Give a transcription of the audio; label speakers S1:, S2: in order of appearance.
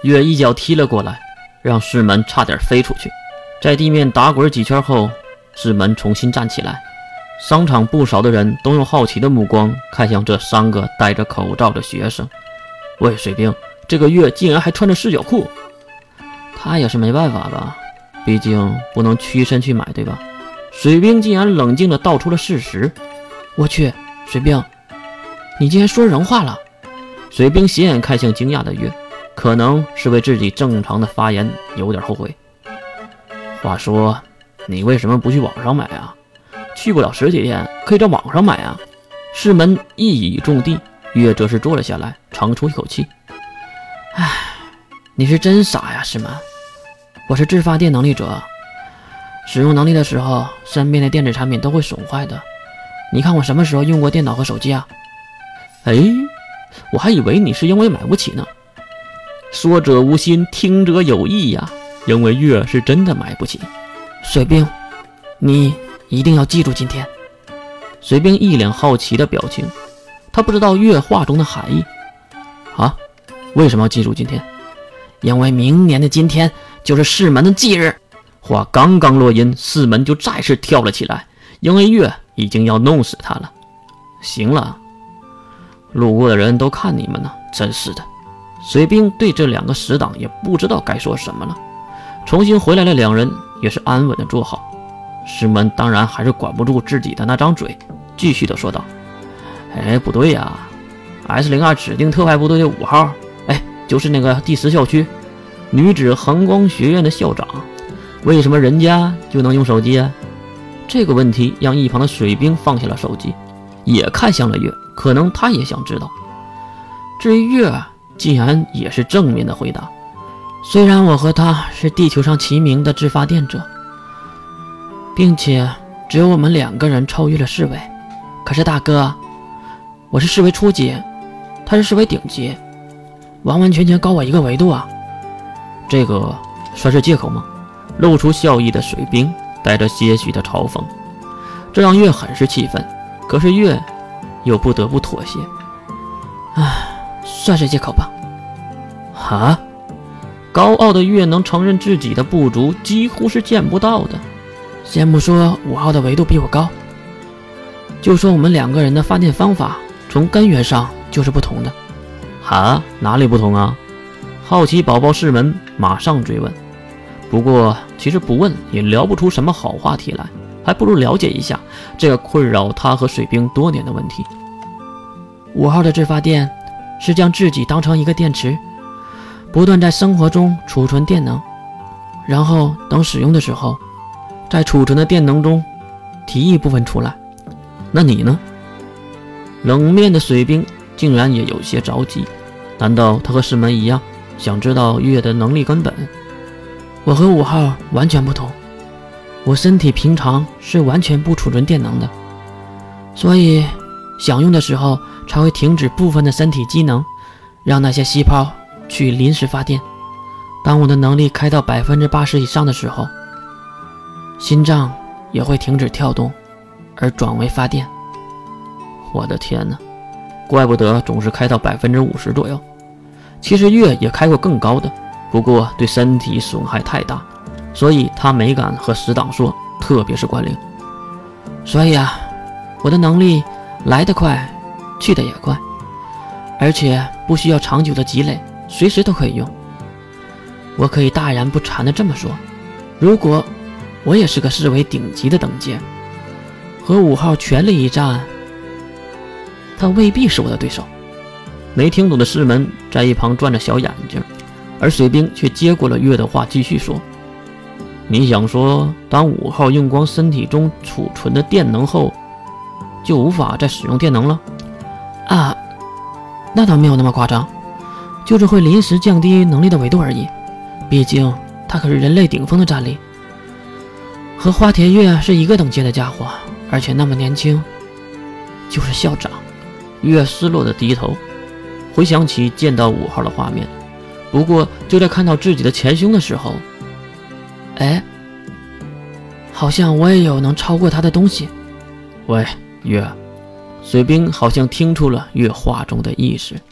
S1: 月一脚踢了过来，让师门差点飞出去。在地面打滚几圈后，师门重新站起来。商场不少的人都用好奇的目光看向这3个戴着口罩的学生。喂，水兵，这个月竟然还穿着湿脚裤。他也是没办法吧，毕竟不能屈身去买，对吧？水兵竟然冷静地道出了事实。
S2: 我去，水兵，你竟然说人话了。
S1: 水兵斜眼看向惊讶的月，可能是为自己正常的发言有点后悔。话说，你为什么不去网上买啊？去不了实体店，可以在网上买啊。师门一语中的，月则是坐了下来，长出一口气。
S2: 唉，你是真傻呀，师门。我是自发电能力者，使用能力的时候，身边的电子产品都会损坏的。你看我什么时候用过电脑和手机啊？
S1: 哎，我还以为你是因为买不起呢。说者无心，听者有意呀，因为月是真的买不起。
S2: 水兵，你一定要记住今天。
S1: 水兵一脸好奇的表情，他不知道月话中的含义。啊，为什么要记住今天？
S2: 因为明年的今天就是师门的忌日。
S1: 话刚刚落音，师门就再次跳了起来，因为月已经要弄死他了。行了，路过的人都看你们呢，真是的。水兵对这2个死党也不知道该说什么了。重新回来的2人也是安稳的坐好。师门当然还是管不住自己的那张嘴，继续的说道：哎，不对呀，S02指定特派部队的5号，哎，就是那个第10校区女子恒光学院的校长，为什么人家就能用手机啊？这个问题让一旁的水兵放下了手机，也看向了月，可能他也想知道。至于月，竟然也是正面的回答：
S2: 虽然我和他是地球上齐名的自发电者，并且只有我们2个人超越了侍卫，可是大哥，我是侍卫初级，他是侍卫顶级，完完全全高我一个维度啊。
S1: 这个算是借口吗？露出笑意的水兵带着些许的嘲讽，这让月很是气愤，可是月又不得不妥协。
S2: 唉，算是借口吧。
S1: 啊，高傲的月能承认自己的不足几乎是见不到的。
S2: 先不说5号的维度比我高，就说我们2个人的发电方法从根源上就是不同的。
S1: 啊，哪里不同啊？好奇宝宝师门马上追问。不过其实不问也聊不出什么好话题来，还不如了解一下这个困扰他和水兵多年的问题。
S2: 5号的自发电是将自己当成一个电池，不断在生活中储存电能，然后等使用的时候，在储存的电能中提一部分出来。
S1: 那你呢？冷面的水兵竟然也有些着急，难道他和师门一样想知道月的能力根本？
S2: 我和5号完全不同，我身体平常是完全不储存电能的，所以想用的时候才会停止部分的身体机能，让那些细胞去临时发电。当我的能力开到80%以上的时候，心脏也会停止跳动而转为发电。
S1: 我的天哪，怪不得总是开到50%左右。其实月也开过更高的，不过对身体损害太大，所以他没敢和死党说，特别是关灵。
S2: 所以啊，我的能力来得快，去得也快，而且不需要长久的积累，随时都可以用。我可以大言不惭地这么说，如果我也是个侍卫顶级的等阶，和5号全力一战，他未必是我的对手。
S1: 没听懂的师门在一旁转着小眼睛，而水兵却接过了月的话，继续说：你想说，当5号用光身体中储存的电能后，就无法再使用电能了？
S2: 啊，那倒没有那么夸张，就是会临时降低能力的维度而已。毕竟他可是人类顶峰的战力，和花田月是一个等阶的家伙，而且那么年轻，就是校长。
S1: 月失落的低头，回想起见到5号的画面。不过就在看到自己的前胸的时候，
S2: 哎，好像我也有能超过他的东西。
S1: 喂，月，水兵好像听出了月话中的意思。